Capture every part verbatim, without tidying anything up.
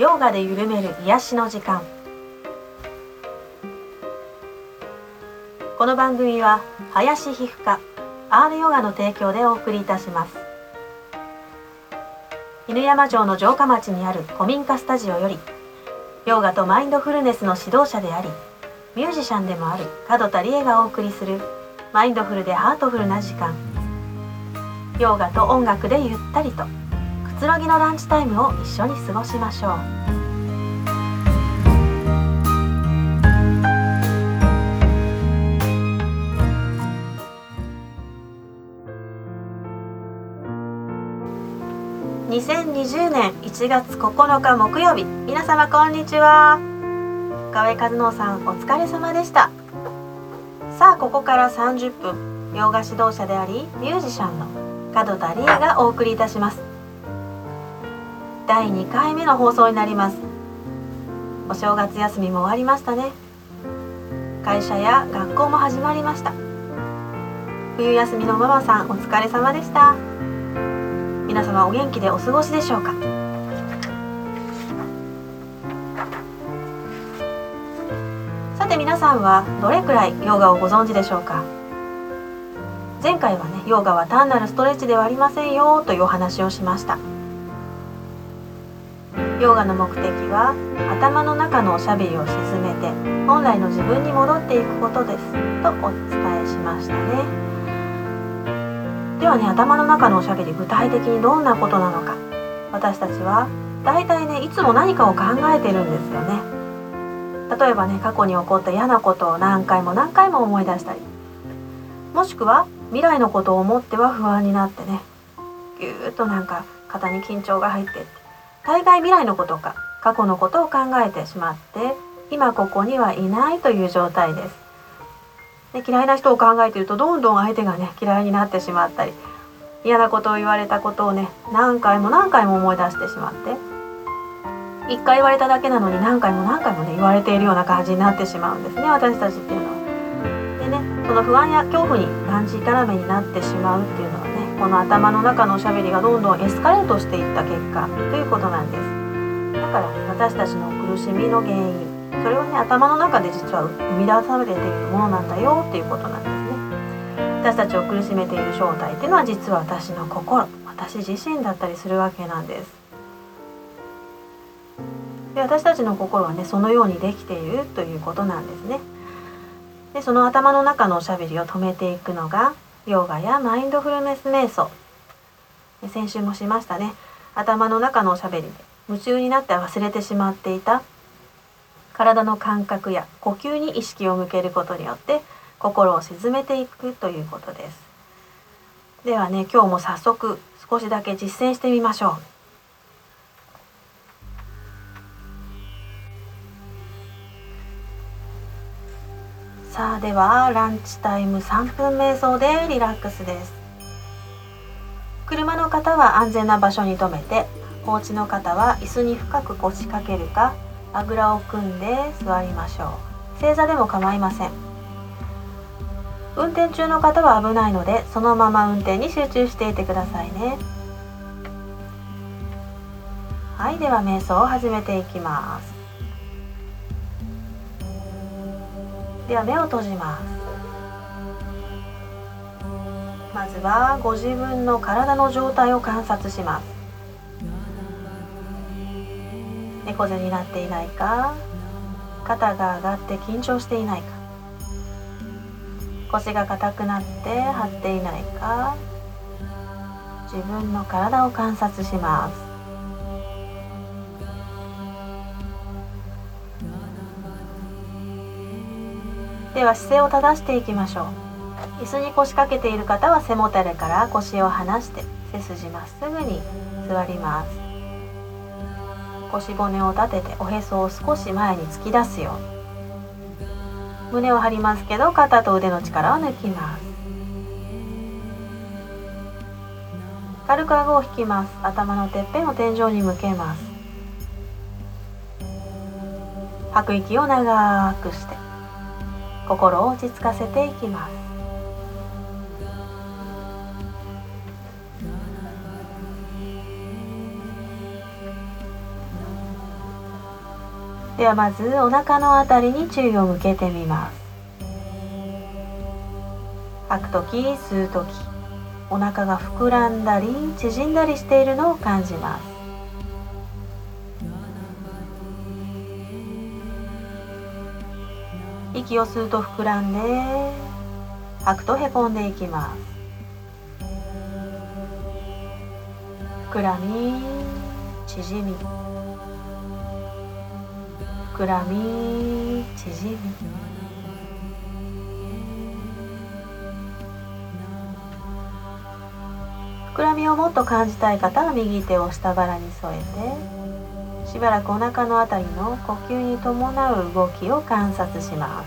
ヨガで緩める癒しの時間。この番組は林皮膚科 アール ヨガの提供でお送りいたします。犬山城の城下町にある古民家スタジオより、ヨガとマインドフルネスの指導者でありミュージシャンでもある門田理恵がお送りするマインドフルでハートフルな時間。ヨガと音楽でゆったりとくつろぎのランチタイムを一緒に過ごしましょう。にせんにじゅうねんいちがつここのか木曜日、皆様こんにちは。河江和直さんお疲れ様でした。さあここからさんじゅっぷん、ヨガ指導者でありミュージシャンの門田理恵がお送りいたします。だいにかいめの放送になります。お正月休みも終わりましたね。会社や学校も始まりました。冬休みのママさんお疲れ様でした。皆様お元気でお過ごしでしょうか。さて皆さんはどれくらいヨガをご存知でしょうか。前回はね、ヨガは単なるストレッチではありませんよというお話をしました。ヨガの目的は頭の中のおしゃべりを沈めて本来の自分に戻っていくことですとお伝えしましたね。ではね、頭の中のおしゃべり、具体的にどんなことなのか。私たちはだいたいね、いつも何かを考えてるんですよね。例えばね、過去に起こった嫌なことを何回も何回も思い出したり、もしくは未来のことを思っては不安になってね、ぎゅーっとなんか肩に緊張が入ってって、大概未来のことか過去のことを考えてしまって、今ここにはいないという状態です。で、嫌いな人を考えているとどんどん相手がね嫌いになってしまったり、嫌なことを言われたことをね何回も何回も思い出してしまって、一回言われただけなのに何回も何回もね言われているような感じになってしまうんですね、私たちっていうのは。でね、その不安や恐怖にがんじがらめになってしまうっていうのはね、この頭の中のおしゃべりがどんどんエスカレートしていった結果ということなんです。だから私たちの苦しみの原因、それをね頭の中で実は生み出されているものなんだよっていうことなんですね。私たちを苦しめている正体っていうのは実は私の心、私自身だったりするわけなんです。で、私たちの心はねそのようにできているということなんですね。で、その頭の中のおしゃべりを止めていくのがヨガやマインドフルネス瞑想。先週もしましたね。頭の中のおしゃべりで夢中になって忘れてしまっていた体の感覚や呼吸に意識を向けることによって心を静めていくということです。ではね、今日も早速少しだけ実践してみましょう。さあ、ではランチタイムさんぷん瞑想でリラックスです。車の方は安全な場所に停めて、お家の方は椅子に深く腰掛けるかあぐらを組んで座りましょう。正座でも構いません。運転中の方は危ないのでそのまま運転に集中していてくださいね。はい、では瞑想を始めていきます。では目を閉じます。まずはご自分の体の状態を観察します。猫背になっていないか、肩が上がって緊張していないか、腰が硬くなって張っていないか、自分の体を観察します。では姿勢を正していきましょう。椅子に腰掛けている方は背もたれから腰を離して背筋まっすぐに座ります。腰骨を立てておへそを少し前に突き出すように。胸を張りますけど肩と腕の力を抜きます。軽く顎を引きます。頭のてっぺんを天井に向けます。吐く息を長くして心を落ち着かせていきます。 ではまずお腹のあたりに注意を向けてみます。吐くとき、吸うとき、お腹が膨らんだり縮んだりしているのを感じます。息を吸うと膨らんで、吐くとへこんでいきます。膨らみ、縮み、膨らみ、縮み、膨らみをもっと感じたい方は右手を下腹に添えて、しばらくお腹のあたりの呼吸に伴う動きを観察します。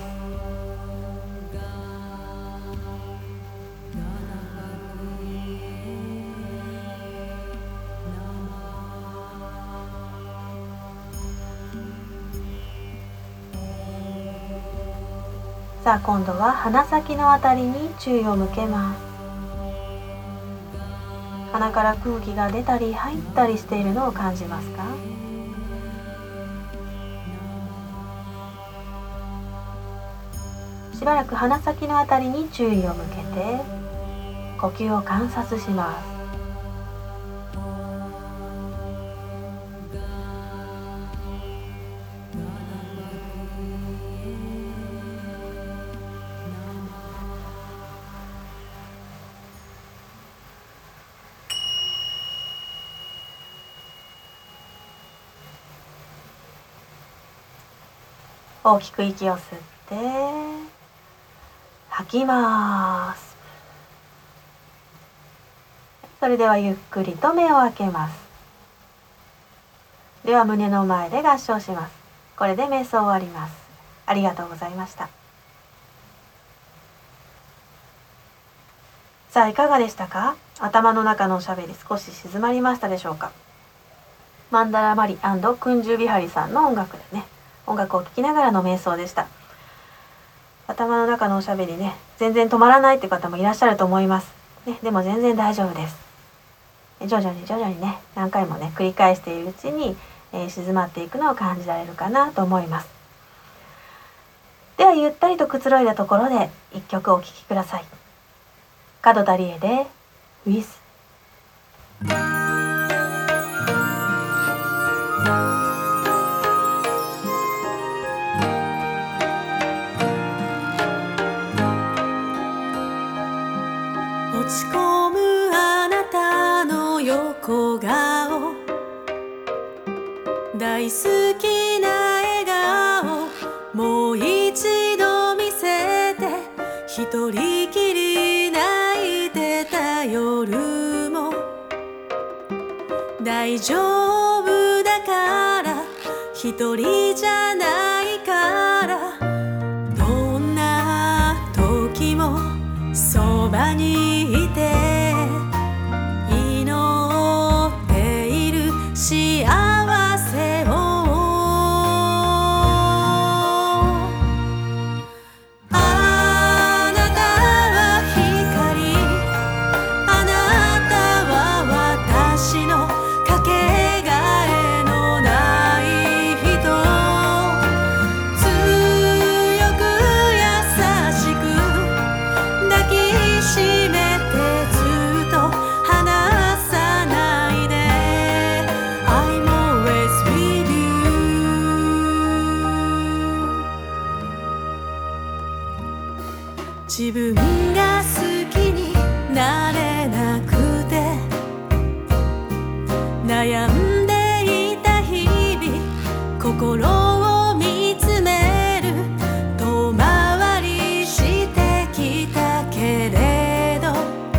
さあ今度は鼻先のあたりに注意を向けます。鼻から空気が出たり入ったりしているのを感じますか？しばらく鼻先のあたりに注意を向けて呼吸を観察します。大きく息を吸って吐きます。それではゆっくりと目を開けます。では胸の前で合掌します。これで瞑想終わります。ありがとうございました。さあいかがでしたか？頭の中のおしゃべり少し静まりましたでしょうか？マンダラマリ&クンジュビハリさんの音楽でね、音楽を聴きながらの瞑想でした。頭の中のおしゃべりね、全然止まらないって方もいらっしゃると思います、ね、でも全然大丈夫です。徐々に徐々にね、何回もね繰り返しているうちに、えー、静まっていくのを感じられるかなと思います。ではゆったりとくつろいだところで一曲お聴きください。門田理恵で With。 落ち込むあなたの横顔、大好きな笑顔、もう一度見せて。一人きり泣いてた夜も大丈夫だから、一人じゃないから、どんな時もそばにいて、祈っている幸せを。あなたは光、あなたは私のかけがえのない人。強く優しく抱きしめて、ずっと離さないで。 I'm always with you。 自分が好きになれなくて悩んでいた日々、心を見つめる遠回りしてきたけれど、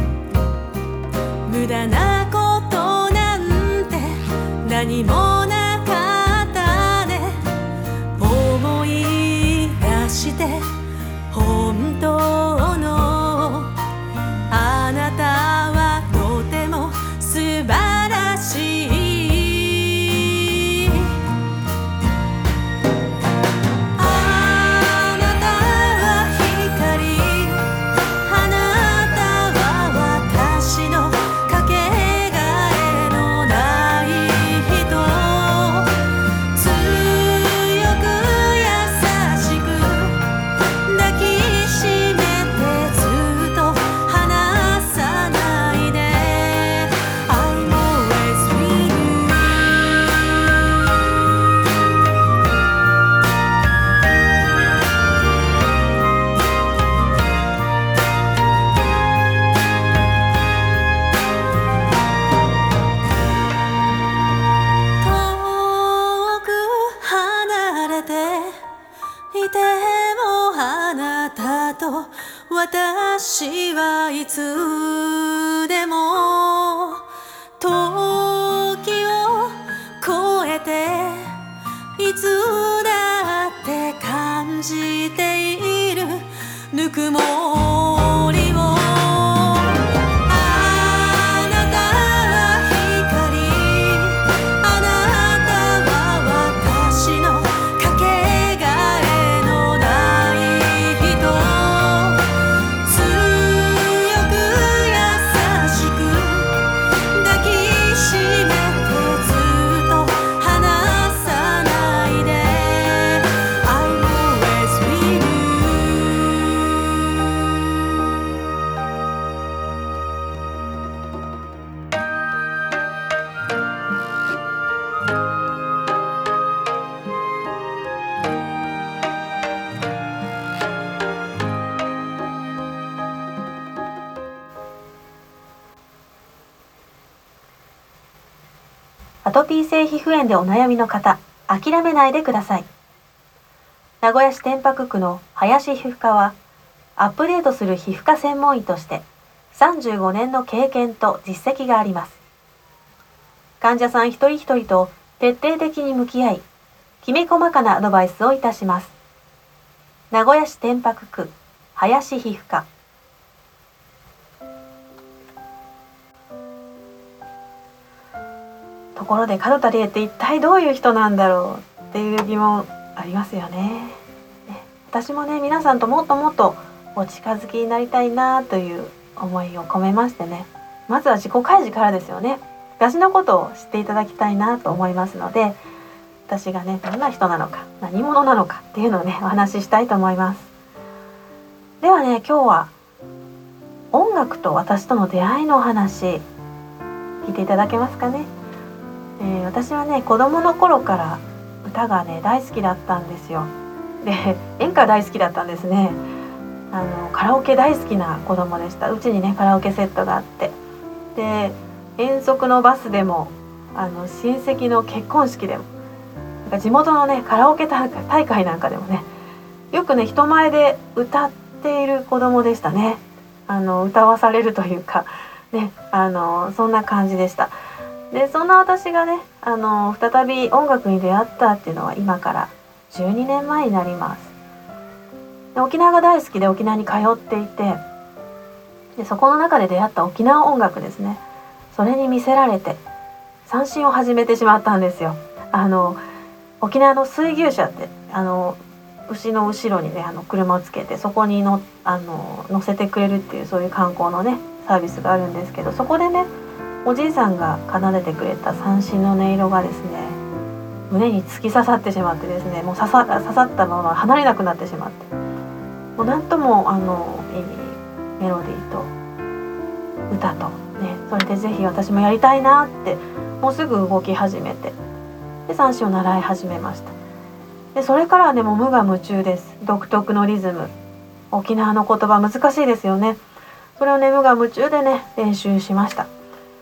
無駄なことなんて何もなかったね。思い出して本当のあなたはとても素晴らしい。 れていてもあなたと私はいつでも時を超えていつだって感じているぬくもりをあなたは光あなたは私のかけがえのない人強く優しく抱きしめてずっと離さないで I'm always with you アトピー性皮膚炎でお悩みの方、諦めないでください。名古屋市天白区の林皮膚科は、アップデートする皮膚科専門医としてさんじゅうごねんの経験と実績があります。患者さん一人一人と徹底的に向き合い、きめ細かなアドバイスをいたします。名古屋市天白区林皮膚科。ところで門田理恵って一体どういう人なんだろうっていう疑問ありますよね。ね、私もね、皆さんともっともっとお近づきになりたいなという思いを込めましてね、まずは自己開示からですよね。私のことを知っていただきたいなと思いますので、私がね、どんな人なのか、何者なのかっていうのをね、お話ししたいと思います。ではね、今日は音楽と私との出会いのお話聞いていただけますかね。えー、私はね、子供の頃から歌がね大好きだったんですよ。で、演歌大好きだったんですね。あのカラオケ大好きな子供でした。うちにねカラオケセットがあって、で遠足のバスでもあの親戚の結婚式でもなんか地元のねカラオケ大会、大会なんかでもね、よくね人前で歌っている子供でしたね。あの歌わされるというかね、あのそんな感じでした。で、そんな私がね、あの再び音楽に出会ったっていうのは今からじゅうにねんまえになります。で、沖縄が大好きで沖縄に通っていて、でそこの中で出会った沖縄音楽ですね、それに魅せられて三線を始めてしまったんですよ。あの沖縄の水牛車ってあの牛の後ろにねあの車をつけてそこにのあの乗せてくれるっていう、そういう観光のねサービスがあるんですけど、そこでねおじいさんが奏でてくれた三線の音色がですね、胸に突き刺さってしまってですね、もう刺さ、刺さったまま離れなくなってしまって、もうなんともあのいいメロディーと歌とね、それでぜひ私もやりたいなって、もうすぐ動き始めて、で三線を習い始めました。でそれからはねもう無我夢中です。独特のリズム、沖縄の言葉難しいですよね。それをね無我夢中でね練習しました。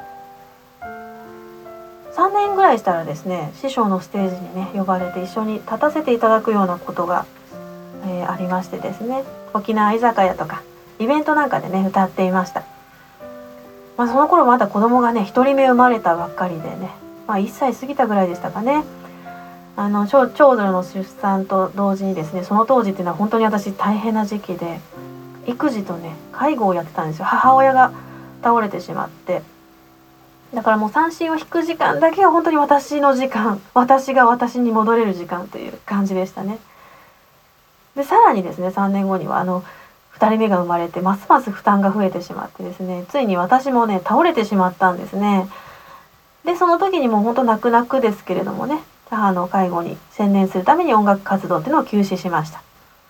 さんねんぐらいしたらですね、師匠のステージにね呼ばれて一緒に立たせていただくようなことが、えー、ありましてですね、沖縄居酒屋とかイベントなんかでね歌っていました。まあ、その頃まだ子供がね一人目生まれたばっかりでね、まあ、いっさい過ぎたぐらいでしたかね。あの長女の出産と同時にですね、その当時っていうのは本当に私大変な時期で、育児とね介護をやってたんですよ。母親が倒れてしまって、だからもう三線を弾く時間だけが本当に私の時間、私が私に戻れる時間という感じでしたね。でさらにですね、さんねんごにはあのふたりめが生まれて、ますます負担が増えてしまってですね、ついに私もね倒れてしまったんですね。でその時にもう本当泣く泣くですけれどもね、母の介護に専念するために音楽活動っていうのを休止しました。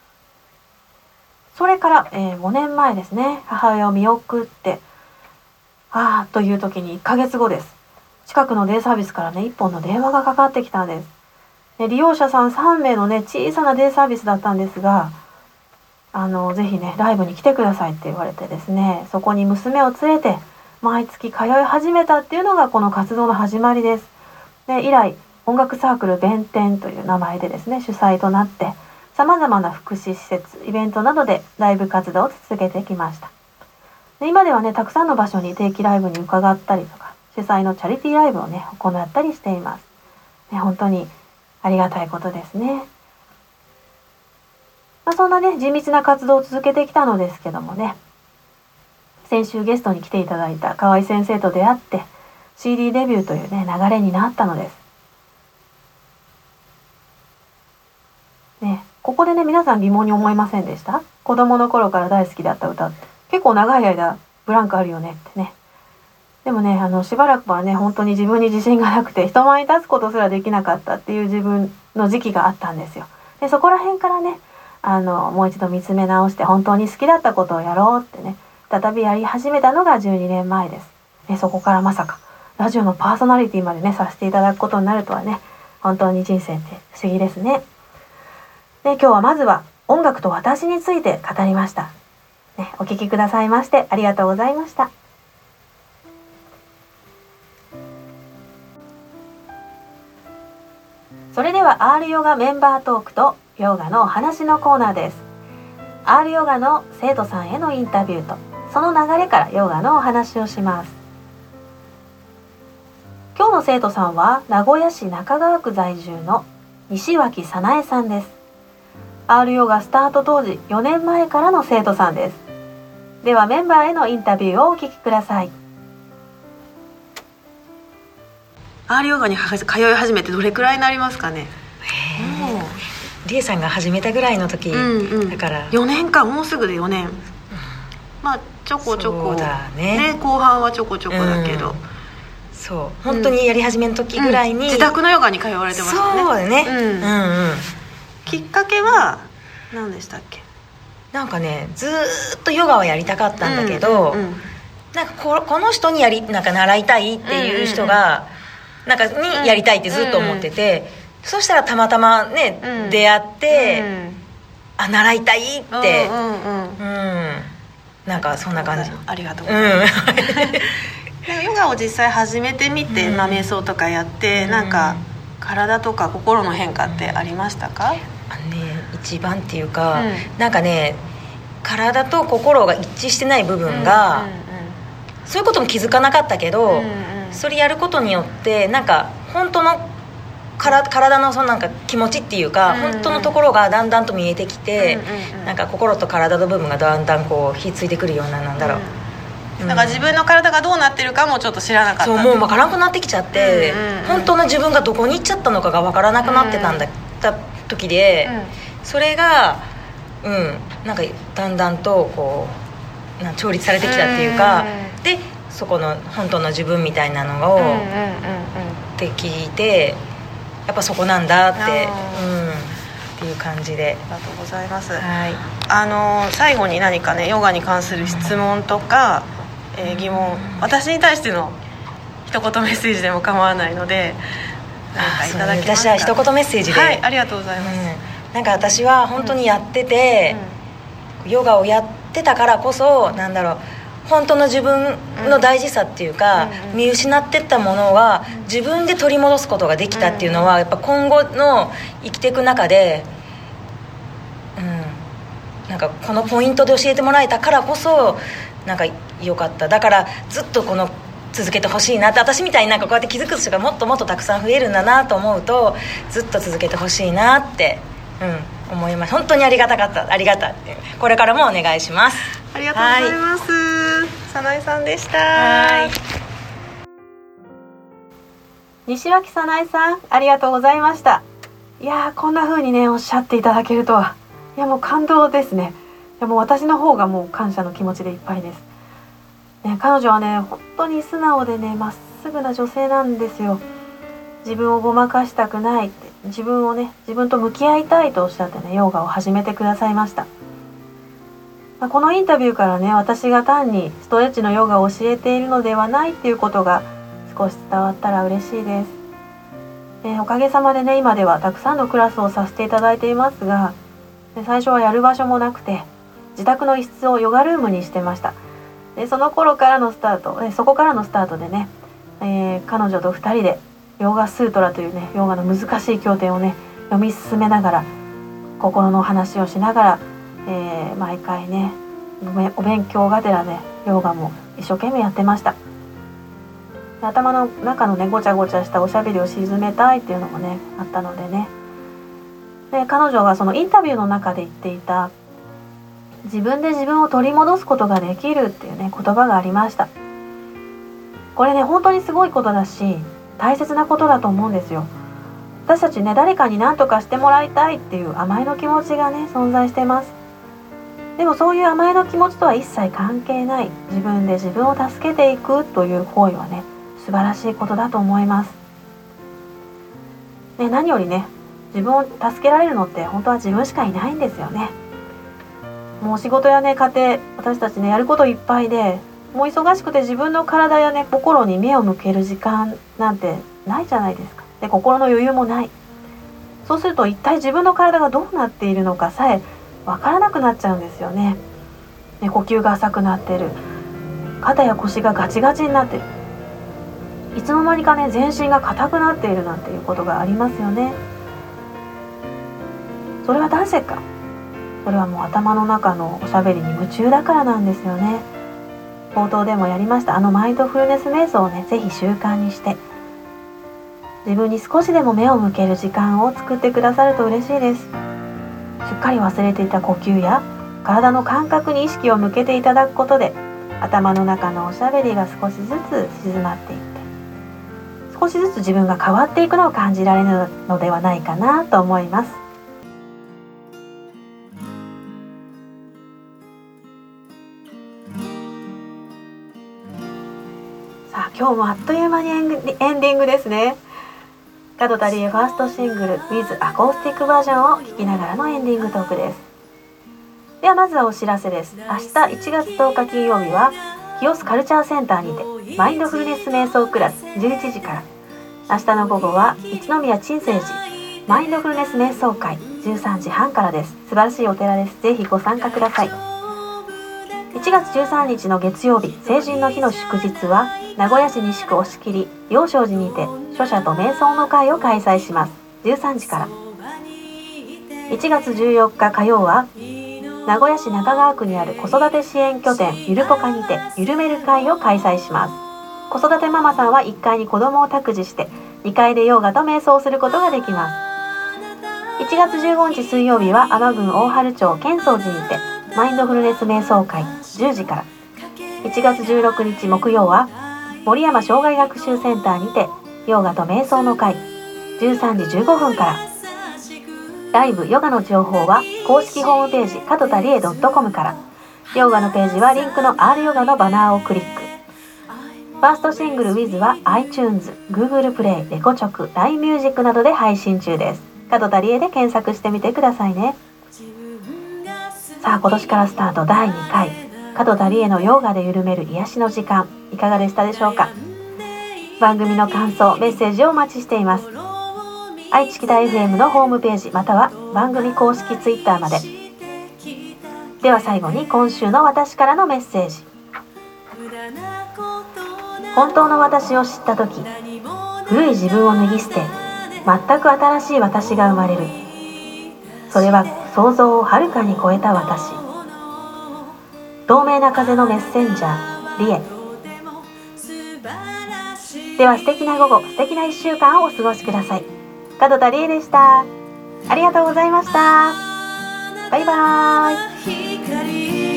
それから、えー、ごねんまえですね、母親を見送って、ああという時にいっかげつごです。近くのデイサービスからねいっぽんの電話がかかってきたんです。で利用者さんさんめいのね小さなデイサービスだったんですが、あのぜひねライブに来てくださいって言われてですね、そこに娘を連れて毎月通い始めたっていうのがこの活動の始まりです。で以来音楽サークル弁天という名前でですね主催となってさまざまな福祉施設イベントなどでライブ活動を続けてきました。で今ではねたくさんの場所に定期ライブに伺ったりとか主催のチャリティーライブをね行ったりしています、ね、本当にありがたいことですね。まあ、そんなね地道な活動を続けてきたのですけどもね、先週ゲストに来ていただいた河合先生と出会って シーディー デビューというね流れになったのです、ね、ここでね皆さん疑問に思いませんでした？子供の頃から大好きだった歌って結構長い間ブランクあるよねってね。でもねあのしばらくはね本当に自分に自信がなくて人前に立つことすらできなかったっていう自分の時期があったんですよ。でそこら辺からねあのもう一度見つめ直して本当に好きだったことをやろうってね再びやり始めたのがじゅうにねんまえです、ね、そこからまさかラジオのパーソナリティまでねさせていただくことになるとはね本当に人生って不思議ですね。で今日はまずは音楽と私について語りました、ね、お聞きくださいましてありがとうございました。それでは アール ヨガメンバートークとヨガのお話のコーナーです。 アール ヨガの生徒さんへのインタビューとその流れからヨガのお話をします。今日の生徒さんは名古屋市中川区在住の西脇早苗さんです。 アール ヨガスタート当時よねんまえからの生徒さんです。ではメンバーへのインタビューをお聞きください。アール ヨガに通い始めてどれくらいになりますかね？ リエさんが始めたぐらいの時、うんうん、だからよねんか、もうすぐでよねん、うん、まあちょこちょこだね、ね、後半はちょこちょこだけど、うん、 そう本当にやり始めの時ぐらいに、うん、 自宅のヨガに通われてましたね。 そうだね、うんうんうん、 きっかけは何でしたっけ？ なんかねずーっとヨガはやりたかったんだけど、うんうんうん、なんか こ, この人にやりなんか習いたいっていう人が、うんうんうん、なんかにやりたいってずっと思ってて、うんうんうん、そしたらたまたまね、うん、出会って、うん、あ習いたいって、うんうんうんうん、なんかそんな感じ。 ありがとうございます、うん、ヨガを実際始めてみて、うんまあ、瞑想とかやって、うん、なんか体とか心の変化ってありましたか？ あのね一番っていうか、うん、なんかね体と心が一致してない部分が、うんうんうん、そういうことも気づかなかったけど、うんうん、それやることによってなんか本当のから体のそのなんか気持ちっていうか、うんうん、本当のところがだんだんと見えてきて、うんうんうん、なんか心と体の部分がだんだんこうひっついてくるようななんだろう、 うん、なんか自分の体がどうなってるかもちょっと知らなかった。 そうもう分からなくなってきちゃって、うんうんうん、本当の自分がどこに行っちゃったのかが分からなくなってたんだ、うん、た時で、うん、それが、うん、なんかだんだんとこうなん調律されてきたっていうか、うん、でそこの本当の自分みたいなのを、うんうんうんうん、って聞いてやっぱそこなんだって、うん、っていう感じで。 ありがとうございます、 はい、 あの最後に何かねヨガに関する質問とか、えー、疑問、私に対しての一言メッセージでも構わないので何かいただけますか？ 私は一言メッセージで、 はい、ありがとうございます、 うん、なんか私は本当にやってて、うん、ヨガをやってたからこそなんだろう本当の自分の大事さっていうか、うん、見失ってったものは自分で取り戻すことができたっていうのはやっぱ今後の生きていく中で、うん、なんかこのポイントで教えてもらえたからこそなんか良かった。だからずっとこの続けてほしいなって、私みたいになんかこうやって気づく人がもっともっとたくさん増えるんだなと思うとずっと続けてほしいなって、うん、思います。本当にありがたかったありがたい。これからもお願いします。 ありがとうございます。早苗さんでした。 はい、 西脇早苗さんありがとうございました。いやーこんな風にねおっしゃっていただけるとは、いやもう感動ですね。いやもう私の方がもう感謝の気持ちでいっぱいです、ね、彼女はね本当に素直でねまっすぐな女性なんですよ。自分をごまかしたくないって、自分をね自分と向き合いたいとおっしゃってねヨガを始めてくださいました。このインタビューからね私が単にストレッチのヨガを教えているのではないっていうことが少し伝わったら嬉しいです。えー、おかげさまでね今ではたくさんのクラスをさせていただいていますが、最初はやる場所もなくて自宅の一室をヨガルームにしてました。でその頃からのスタート、えそこからのスタートでね、えー、彼女とふたりでヨーガスートラというねヨガの難しい経典をね読み進めながら心の話をしながら、えー、毎回ねお勉強がてらねヨガも一生懸命やってました。頭の中のねごちゃごちゃしたおしゃべりを鎮めたいっていうのもねあったのでね。で彼女がそのインタビューの中で言っていた自分で自分を取り戻すことができるっていうね言葉がありました。これね本当にすごいことだし大切なことだと思うんですよ。私たちね誰かに何とかしてもらいたいっていう甘えの気持ちがね存在しています。でもそういう甘えの気持ちとは一切関係ない自分で自分を助けていくという行為はね素晴らしいことだと思います。ね、何よりね自分を助けられるのって本当は自分しかいないんですよね。もう仕事やね家庭私たちねやることいっぱいでもう忙しくて自分の体やね心に目を向ける時間なんてないじゃないですか。で心の余裕もない。そうすると一体自分の体がどうなっているのかさえわからなくなっちゃうんですよね。ね呼吸が浅くなってる、肩や腰がガチガチになってる、いつの間にかね全身が硬くなっているなんていうことがありますよね。それはなぜか。それはもう頭の中のおしゃべりに夢中だからなんですよね。冒頭でもやりましたあのマインドフルネス瞑想をねぜひ習慣にして自分に少しでも目を向ける時間を作ってくださると嬉しいです。しっかり忘れていた呼吸や体の感覚に意識を向けていただくことで頭の中のおしゃべりが少しずつ静まっていって少しずつ自分が変わっていくのを感じられるのではないかなと思います。さあ今日もあっという間にエンディングですね。門田理恵ファーストシングル with アコースティックバージョンを聴きながらのエンディングトークです。ではまずはお知らせです。明日いちがつとおか金曜日は清須カルチャーセンターにてマインドフルネス瞑想クラスじゅういちじから、明日の午後は一宮鎮静寺マインドフルネス瞑想会じゅうさんじはんからです。素晴らしいお寺です。ぜひご参加ください。いちがつじゅうさんにちの月曜日成人の日の祝日は名古屋市西区押切陽照寺にて書者と瞑想の会を開催します。じゅうさんじから。いちがつじゅうよっか火曜は名古屋市中川区にある子育て支援拠点ゆるぽかにてゆるめる会を開催します。子育てママさんはいっかいに子供を託児してにかいでヨガと瞑想をすることができます。いちがつじゅうごにち水曜日は尼郡大春町建宗寺にてマインドフルネス瞑想会じゅうじから。いちがつじゅうろくにち木曜は森山障害学習センターにてヨガと瞑想の会じゅうさんじじゅうごふんから。ライブヨガの情報は公式ホームページ門田理恵 .com から。ヨガのページはリンクの R ヨガのバナーをクリック。ファーストシングル With は iTunes、Google プレイ、レコチョク、ライン ミュージックなどで配信中です。門田理恵で検索してみてくださいね。さあ今年からスタートだいにかい門田理恵のヨガで緩める癒しの時間、いかがでしたでしょうか。番組の感想メッセージをお待ちしています。愛知北 エフエム のホームページまたは番組公式ツイッターまで。では最後に今週の私からのメッセージ。本当の私を知った時、古い自分を脱ぎ捨て全く新しい私が生まれる。それは想像をはるかに超えた私。透明な風のメッセンジャーリエ。では素敵な午後、素敵ないっしゅうかんをお過ごしください。門田理恵でした。ありがとうございました。バイバーイ。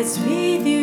always with you